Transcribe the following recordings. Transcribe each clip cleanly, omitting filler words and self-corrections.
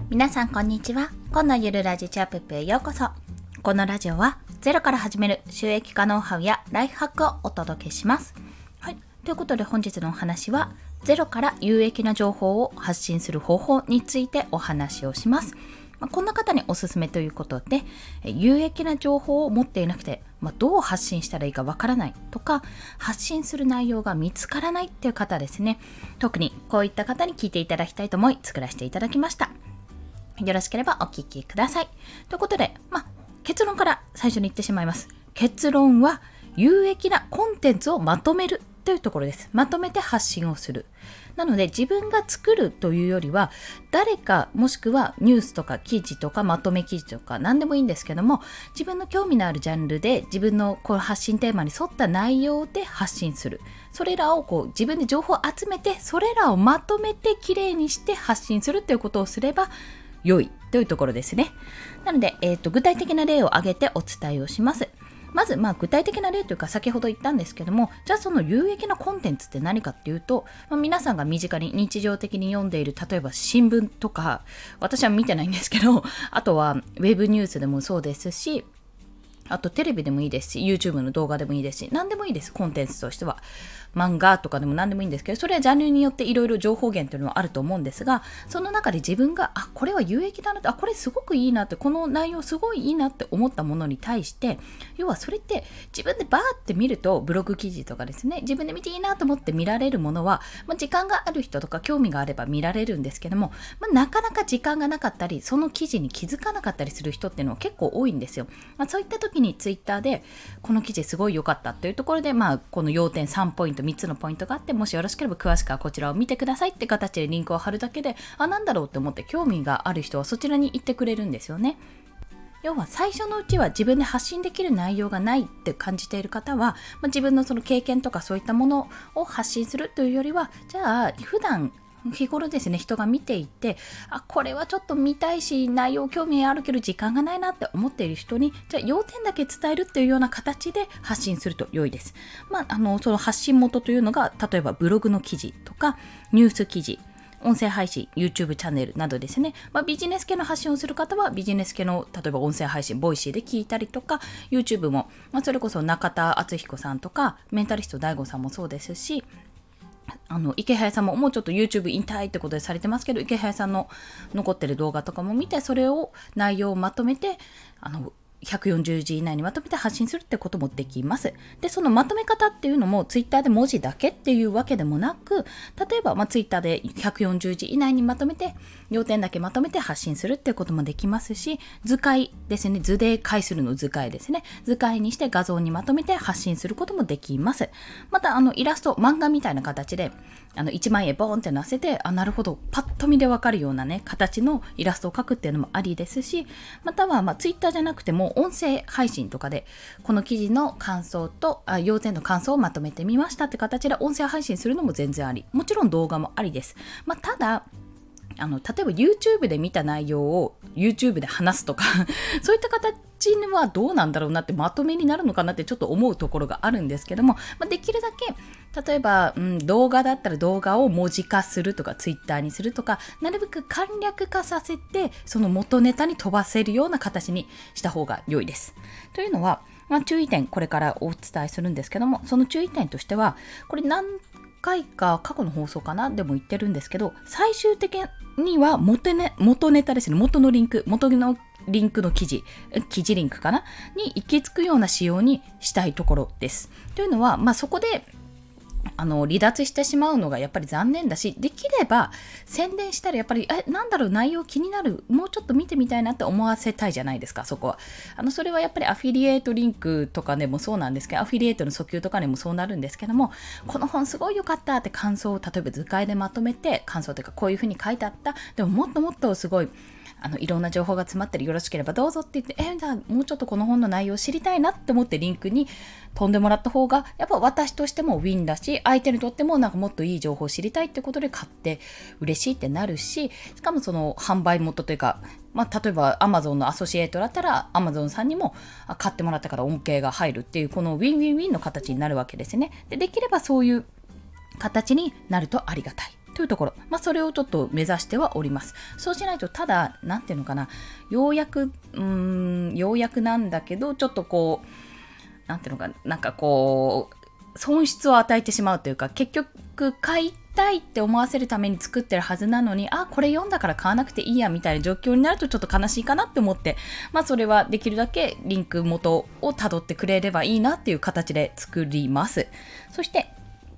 皆さんこんにちは。今のゆるラジチャップへようこそ。このラジオはゼロから始める収益化ノウハウやライフハックをお届けします。はい、ということで本日のお話はゼロから有益な情報を発信する方法についてお話をします。こんな方におすすめということで、有益な情報を持っていなくて、どう発信したらいいかわからないとか、発信する内容が見つからないっていう方ですね。特にこういった方に聞いていただきたいと思い作らせていただきました。よろしければお聞きください。ということで、結論から最初に言ってしまいます。結論は有益なコンテンツをまとめるというところです。まとめて発信をする。なので自分が作るというよりは誰かもしくはニュースとか記事とかまとめ記事とか何でもいいんですけども、自分の興味のあるジャンルで自分のこう発信テーマに沿った内容で発信する。それらを自分で情報を集めてそれらをまとめてきれいにして発信するということをすれば良いというところですね。なので、具体的な例を挙げてお伝えをします。まず、具体的な例というか先ほど言ったんですけども、じゃあその有益なコンテンツって何かっていうと、皆さんが身近に日常的に読んでいる、例えば新聞とか、私は見てないんですけど、あとはウェブニュースでもそうですし、あとテレビでもいいですし、YouTube の動画でもいいですし、何でもいいです。コンテンツとしては。漫画とかでも何でもいいんですけど、それはジャンルによっていろいろ情報源というのはあると思うんですが、その中で自分が、これは有益だなって、これすごくいいなって、この内容すごいいいなって思ったものに対して、要はそれって自分でバーって見ると、ブログ記事とかですね、自分で見ていいなと思って見られるものは、時間がある人とか興味があれば見られるんですけども、なかなか時間がなかったり、その記事に気づかなかったりする人っていうのは結構多いんですよ。そういった時にツイッターで、この記事すごい良かったっていうところで、この要点3ポイント、3つのポイントがあって、もしよろしければ詳しくはこちらを見てくださいって形でリンクを貼るだけで、なんだろうって思って興味がある人はそちらに行ってくれるんですよね。要は最初のうちは自分で発信できる内容がないって感じている方は、自分のその経験とかそういったものを発信するというよりは、じゃあ普段日頃ですね、人が見ていて、これはちょっと見たいし内容興味あるけど時間がないなって思っている人に、じゃあ要点だけ伝えるっていうような形で発信すると良いです。その発信元というのが、例えばブログの記事とかニュース記事、音声配信、YouTube チャンネルなどですね。ビジネス系の発信をする方はビジネス系の、例えば音声配信、ボイシーで聞いたりとか、YouTube も、それこそ中田敦彦さんとかメンタリスト DAIGO さんもそうですし、池早さんももうちょっと YouTube 引退ってことでされてますけど、池早さんの残ってる動画とかも見て、それを内容をまとめて140字以内にまとめて発信するってこともできます。で、そのまとめ方っていうのもツイッターで文字だけっていうわけでもなく、例えばツイッターで140字以内にまとめて、要点だけまとめて発信するってこともできますし、図解ですね、図で解するの図解ですね、図解にして画像にまとめて発信することもできます。またイラスト、漫画みたいな形で1枚絵ボーンって載せて、なるほど、パッと見でわかるようなね、形のイラストを描くっていうのもありですし、またはツイッターじゃなくても音声配信とかでこの記事の感想と要点の感想をまとめてみましたって形で音声配信するのも全然あり。もちろん動画もありです。ただ例えば YouTube で見た内容を YouTube で話すとかそういった形はどうなんだろうなって、まとめになるのかなってちょっと思うところがあるんですけども、できるだけ例えば、動画だったら動画を文字化するとか Twitter にするとか、なるべく簡略化させてその元ネタに飛ばせるような形にした方が良いです。というのは、注意点これからお伝えするんですけども、その注意点としては、これ何回か過去の放送かなでも言ってるんですけど、最終的には元ネタですね、元のリンクの記事リンクかなに行き着くような仕様にしたいところです。というのは、そこで離脱してしまうのがやっぱり残念だし、できれば宣伝したらやっぱり内容気になる、もうちょっと見てみたいなって思わせたいじゃないですか。そこはそれはやっぱりアフィリエイトリンクとかでもそうなんですけど、アフィリエイトの訴求とかでもそうなるんですけども、この本すごい良かったって感想を例えば図解でまとめて、感想というかこういう風に書いてあった、でももっともっとすごいいろんな情報が詰まってる、よろしければどうぞって言って、じゃあもうちょっとこの本の内容を知りたいなって思ってリンクに飛んでもらった方が、やっぱ私としてもウィンだし、相手にとってももっといい情報を知りたいってことで買って嬉しいってなるし、しかもその販売元というか、例えば Amazon のアソシエイトだったら Amazon さんにも買ってもらったから恩恵が入るっていう、このウィンウィンウィンの形になるわけですね。できればそういう形になるとありがたいというところ、それをちょっと目指してはおります。そうしないと、ただなんていうのかな、ようやくなんだけど、ちょっとこうなんていうのかなんかこう損失を与えてしまうというか、結局買いたいって思わせるために作ってるはずなのに、これ読んだから買わなくていいやみたいな状況になるとちょっと悲しいかなって思って、それはできるだけリンク元を辿ってくれればいいなっていう形で作ります。そして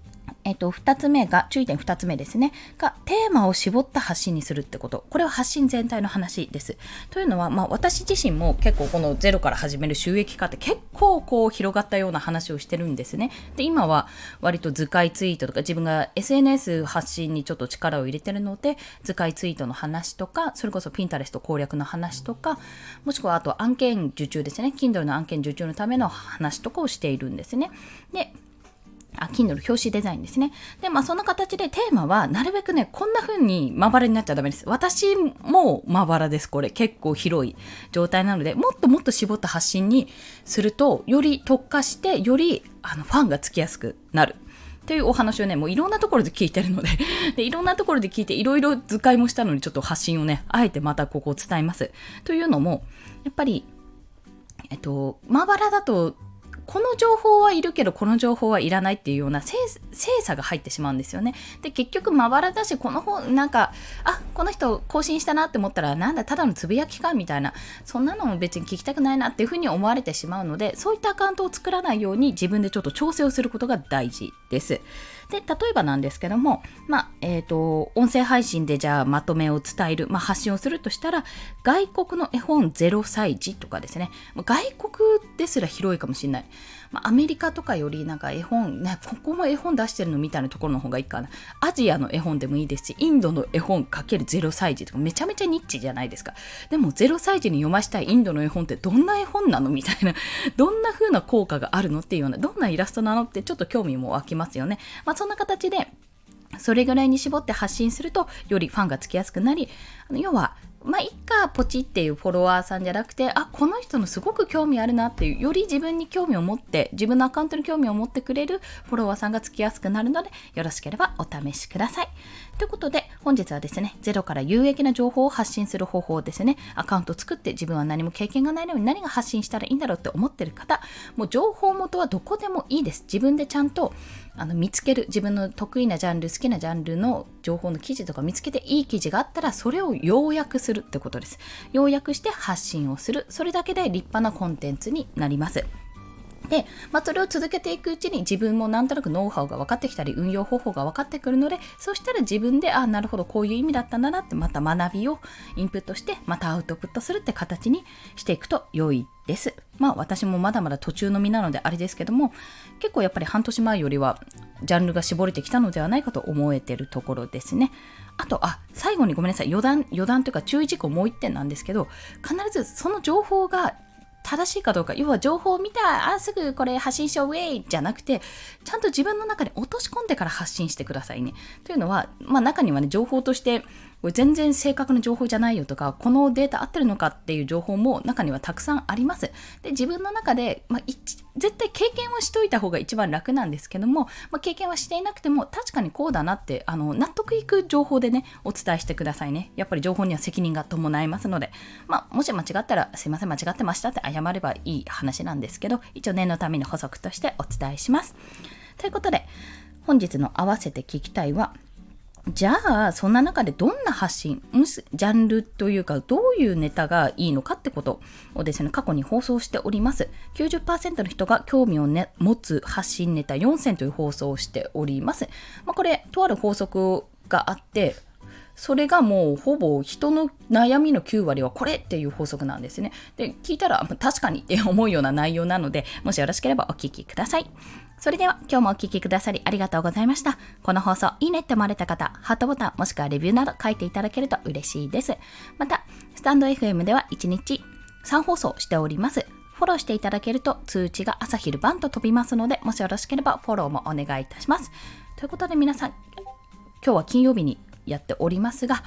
2つ目が、注意点2つ目ですね。が、テーマを絞った発信にするってこと。これは発信全体の話です。というのは、私自身も結構このゼロから始める収益化って結構こう広がったような話をしてるんですね。で、今は割と図解ツイートとか、自分が SNS 発信にちょっと力を入れてるので、図解ツイートの話とか、それこそ Pinterest 攻略の話とか、もしくはあと案件受注ですね。Kindle の案件受注のための話とかをしているんですね。で、Kindle 表紙デザインですね。で、そんな形でテーマはなるべくね、こんな風にまばらになっちゃダメです。私もまばらです。これ結構広い状態なので、もっともっと絞った発信にすると、より特化して、よりファンがつきやすくなる。っていうお話をね、もういろんなところで聞いてるので、いろんなところで聞いて、いろいろ図解もしたのに、ちょっと発信をね、あえてまたここを伝えます。というのも、やっぱり、まばらだと、この情報はいるけどこの情報はいらないっていうような精査が入ってしまうんですよね。で、結局まばらだし、この本なんかこの人更新したなって思ったら、なんだただのつぶやきかみたいな、そんなのも別に聞きたくないなっていうふうに思われてしまうので、そういったアカウントを作らないように自分でちょっと調整をすることが大事です。で、例えばなんですけども、音声配信でじゃあまとめを伝える、発信をするとしたら、外国の絵本0歳児とかですね。外国ですら広いかもしれない。アメリカとかよりなんか絵本、ね、ここも絵本出してるのみたいなところの方がいいかな。アジアの絵本でもいいですし、インドの絵本×0歳児とかめちゃめちゃニッチじゃないですか。でも0歳児に読ましたいインドの絵本ってどんな絵本なのみたいな、どんな風な効果があるのっていうような、どんなイラストなのってちょっと興味も湧きますよね。そんな形でそれぐらいに絞って発信すると、よりファンがつきやすくなり、要はいっかポチっていうフォロワーさんじゃなくて、この人のすごく興味あるなっていう、より自分に興味を持って、自分のアカウントに興味を持ってくれるフォロワーさんがつきやすくなるので、よろしければお試しください。ということで、本日はですね、ゼロから有益な情報を発信する方法ですね。アカウントを作って、自分は何も経験がないのに何が発信したらいいんだろうって思ってる方、もう情報元はどこでもいいです。自分でちゃんと見つける、自分の得意なジャンル、好きなジャンルの情報の記事とか見つけて、いい記事があったらそれを要約するってことです。要約して発信をする、それだけで立派なコンテンツになります。で、それを続けていくうちに自分もなんとなくノウハウが分かってきたり、運用方法が分かってくるので、そうしたら自分でなるほどこういう意味だったんだなって、また学びをインプットしてまたアウトプットするって形にしていくと良いです。私もまだまだ途中の身なのであれですけども、結構やっぱり半年前よりはジャンルが絞れてきたのではないかと思えているところですね。あと最後にごめんなさい、余談というか注意事項もう一点なんですけど、必ずその情報が正しいかどうか、要は情報を見たすぐこれ発信しようウェイじゃなくて、ちゃんと自分の中に落とし込んでから発信してくださいね。というのは、中にはね、情報としてこれ全然正確な情報じゃないよとか、このデータ合ってるのかっていう情報も中にはたくさんあります。で、自分の中で、絶対経験をしといた方が一番楽なんですけども、経験はしていなくても確かにこうだなって納得いく情報でね、お伝えしてくださいね。やっぱり情報には責任が伴いますので、もし間違ったらすいません間違ってましたって謝ればいい話なんですけど、一応念のために補足としてお伝えします。ということで、本日の合わせて聞きたいは、じゃあそんな中でどんな発信、ジャンルというかどういうネタがいいのかってことをですね、過去に放送しております。 90% の人が興味を、持つ発信ネタ4選という放送をしております。これとある法則があって、それがもうほぼ人の悩みの9割はこれっていう法則なんですね。で、聞いたら確かにって思うような内容なので、もしよろしければお聞きください。それでは今日もお聞きくださりありがとうございました。この放送いいねって思われた方、ハートボタンもしくはレビューなど書いていただけると嬉しいです。また、スタンド FM では1日3放送しております。フォローしていただけると通知が朝昼晩と飛びますので、もしよろしければフォローもお願いいたします。ということで皆さん、今日は金曜日にやっておりますが、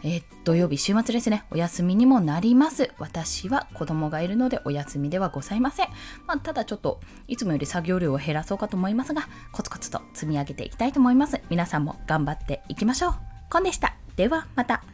土曜日週末ですね、お休みにもなります。私は子供がいるのでお休みではございません。ただちょっといつもより作業量を減らそうかと思いますが、コツコツと積み上げていきたいと思います。皆さんも頑張っていきましょう。コンでした。ではまた。